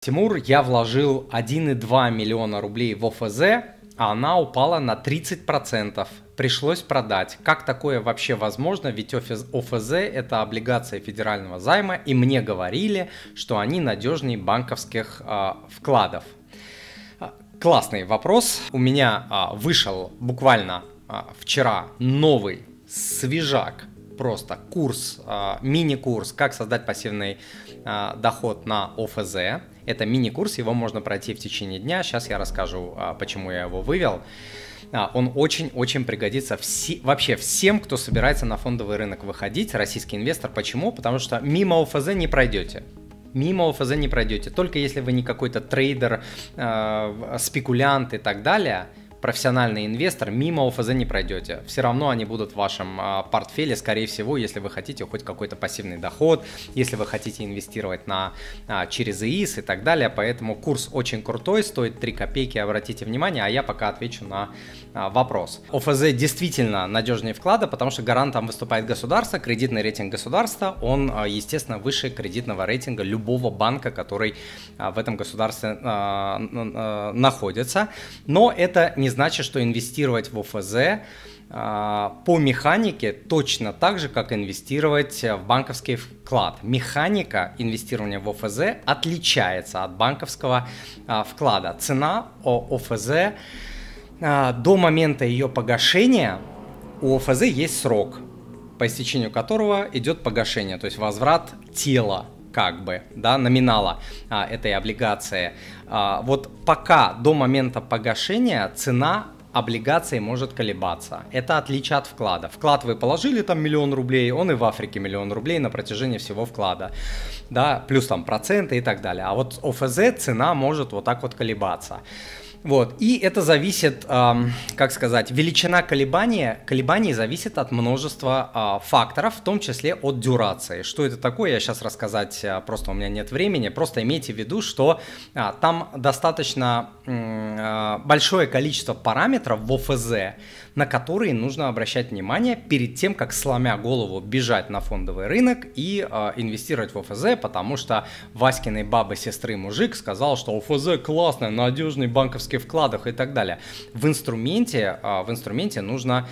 Тимур, я вложил 1,2 миллиона рублей в ОФЗ, а она упала на 30%. Пришлось продать. Как такое вообще возможно? Ведь ОФЗ – это облигация федерального займа, и мне говорили, что они надежнее банковских вкладов. Классный вопрос. У меня вышел буквально вчера новый свежак. Просто курс, мини-курс «Как создать пассивный доход на ОФЗ». Это мини-курс, его можно пройти в течение дня. Сейчас я расскажу, почему я его вывел. Он очень-очень пригодится вообще всем, кто собирается на фондовый рынок выходить, российский инвестор. Почему? Потому что мимо ОФЗ не пройдете. Мимо ОФЗ не пройдете. Только если вы не какой-то трейдер, спекулянт и так далее, профессиональный инвестор, мимо ОФЗ не пройдете. Все равно они будут в вашем портфеле, скорее всего, если вы хотите хоть какой-то пассивный доход, если вы хотите инвестировать через ИИС и так далее. Поэтому курс очень крутой, стоит 3 копейки, обратите внимание, а я пока отвечу на вопрос. ОФЗ действительно надежнее вклада, потому что гарантом выступает государство, кредитный рейтинг государства, он, естественно, выше кредитного рейтинга любого банка, который в этом государстве находится. Но это не значит, что инвестировать в ОФЗ по механике точно так же, как инвестировать в банковский вклад. Механика инвестирования в ОФЗ отличается от банковского вклада. Цена ОФЗ до момента ее погашения, у ОФЗ есть срок, по истечению которого идет погашение, то есть возврат тела, номинала этой облигации. Вот пока до момента погашения цена облигации может колебаться. Это отличие от вклада. Вклад вы положили там 1 миллион рублей, он и в Африке 1 миллион рублей на протяжении всего вклада. Да, плюс там проценты и так далее. А вот ОФЗ цена может вот так вот колебаться. Вот, и это зависит, величина колебаний зависит от множества факторов, в том числе от дюрации. Что это такое, я сейчас рассказать просто у меня нет времени, просто имейте в виду, что там достаточно большое количество параметров в ОФЗ, на которые нужно обращать внимание перед тем, как сломя голову бежать на фондовый рынок и инвестировать в ОФЗ, потому что Васькиной бабы, сестры, мужик сказал, что ОФЗ классный, надежный банковский вкладах и так далее. В инструменте нужно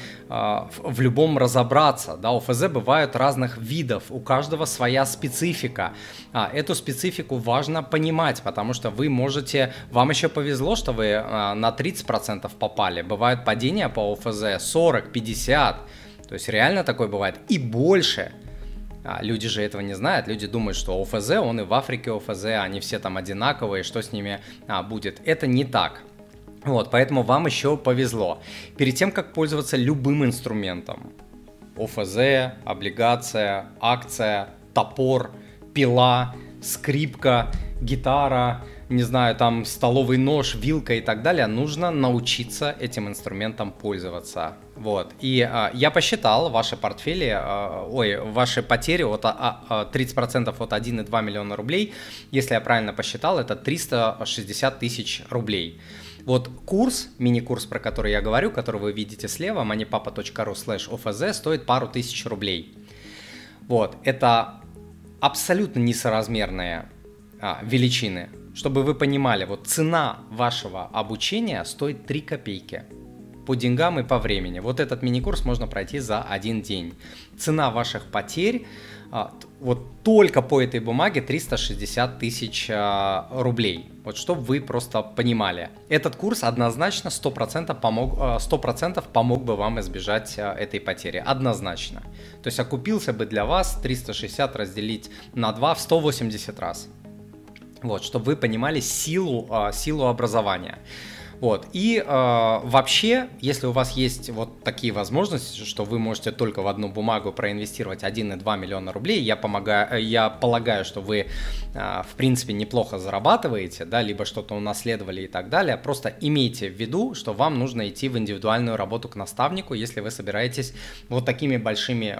в любом разобраться. Да, ОФЗ бывают разных видов, у каждого своя специфика. Эту специфику важно понимать, потому что вам еще повезло, что вы на 30% попали. Бывают падения по ОФЗ 40, 50, то есть реально такое бывает и больше. Люди же этого не знают, люди думают, что ОФЗ, он и в Африке ОФЗ, они все там одинаковые, что с ними будет. Это не так. Вот, поэтому вам еще повезло. Перед тем, как пользоваться любым инструментом, ОФЗ, облигация, акция, топор, пила, скрипка, гитара, не знаю, там столовый нож, вилка и так далее, нужно научиться этим инструментом пользоваться. Вот. И я посчитал ваши ваши потери от 30% от 1,2 миллиона рублей, если я правильно посчитал, это 360 тысяч рублей. Вот курс, мини-курс, про который я говорю, который вы видите слева, moneypapa.ru/OFZ, стоит пару тысяч рублей. Вот, это абсолютно несоразмерные величины. Чтобы вы понимали, вот цена вашего обучения стоит 3 копейки по деньгам и по времени. Вот этот мини-курс можно пройти за 1 день. Цена ваших потерь вот только по этой бумаге 360 тысяч рублей. Вот чтобы вы просто понимали. Этот курс однозначно 100% помог бы вам избежать этой потери. Однозначно. То есть окупился бы для вас 360 разделить на 2 в 180 раз. Вот, чтобы вы понимали силу образования. Вот. И вообще, если у вас есть вот такие возможности, что вы можете только в одну бумагу проинвестировать 1,2 миллиона рублей, я полагаю, что вы в принципе неплохо зарабатываете, да, либо что-то унаследовали и так далее. Просто имейте в виду, что вам нужно идти в индивидуальную работу к наставнику, если вы собираетесь вот такие большие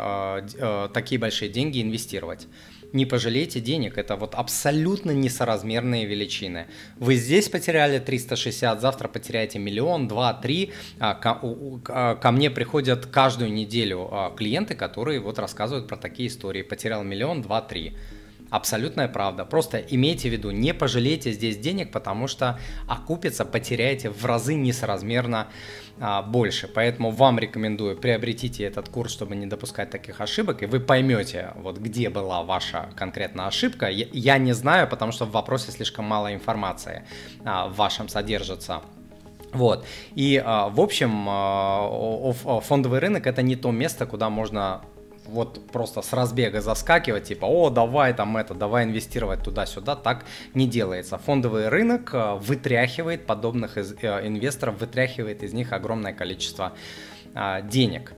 деньги инвестировать. Не пожалейте денег, это вот абсолютно несоразмерные величины. Вы здесь потеряли 360, завтра потеряете 1 миллион, 2, 3. Ко мне приходят каждую неделю клиенты, которые вот рассказывают про такие истории. Потерял 1 миллион, 2, 3. Абсолютная правда. Просто имейте в виду, не пожалейте здесь денег, потому что окупится, потеряете в разы несоразмерно больше. Поэтому вам рекомендую, приобретите этот курс, чтобы не допускать таких ошибок, и вы поймете, вот где была ваша конкретная ошибка. Я не знаю, потому что в вопросе слишком мало информации в вашем содержится. Вот. И, в общем, фондовый рынок — это не то место, куда можно вот просто с разбега заскакивать, типа, о, давай там давай инвестировать туда-сюда. Так не делается. Фондовый рынок вытряхивает подобных инвесторов, вытряхивает из них огромное количество денег.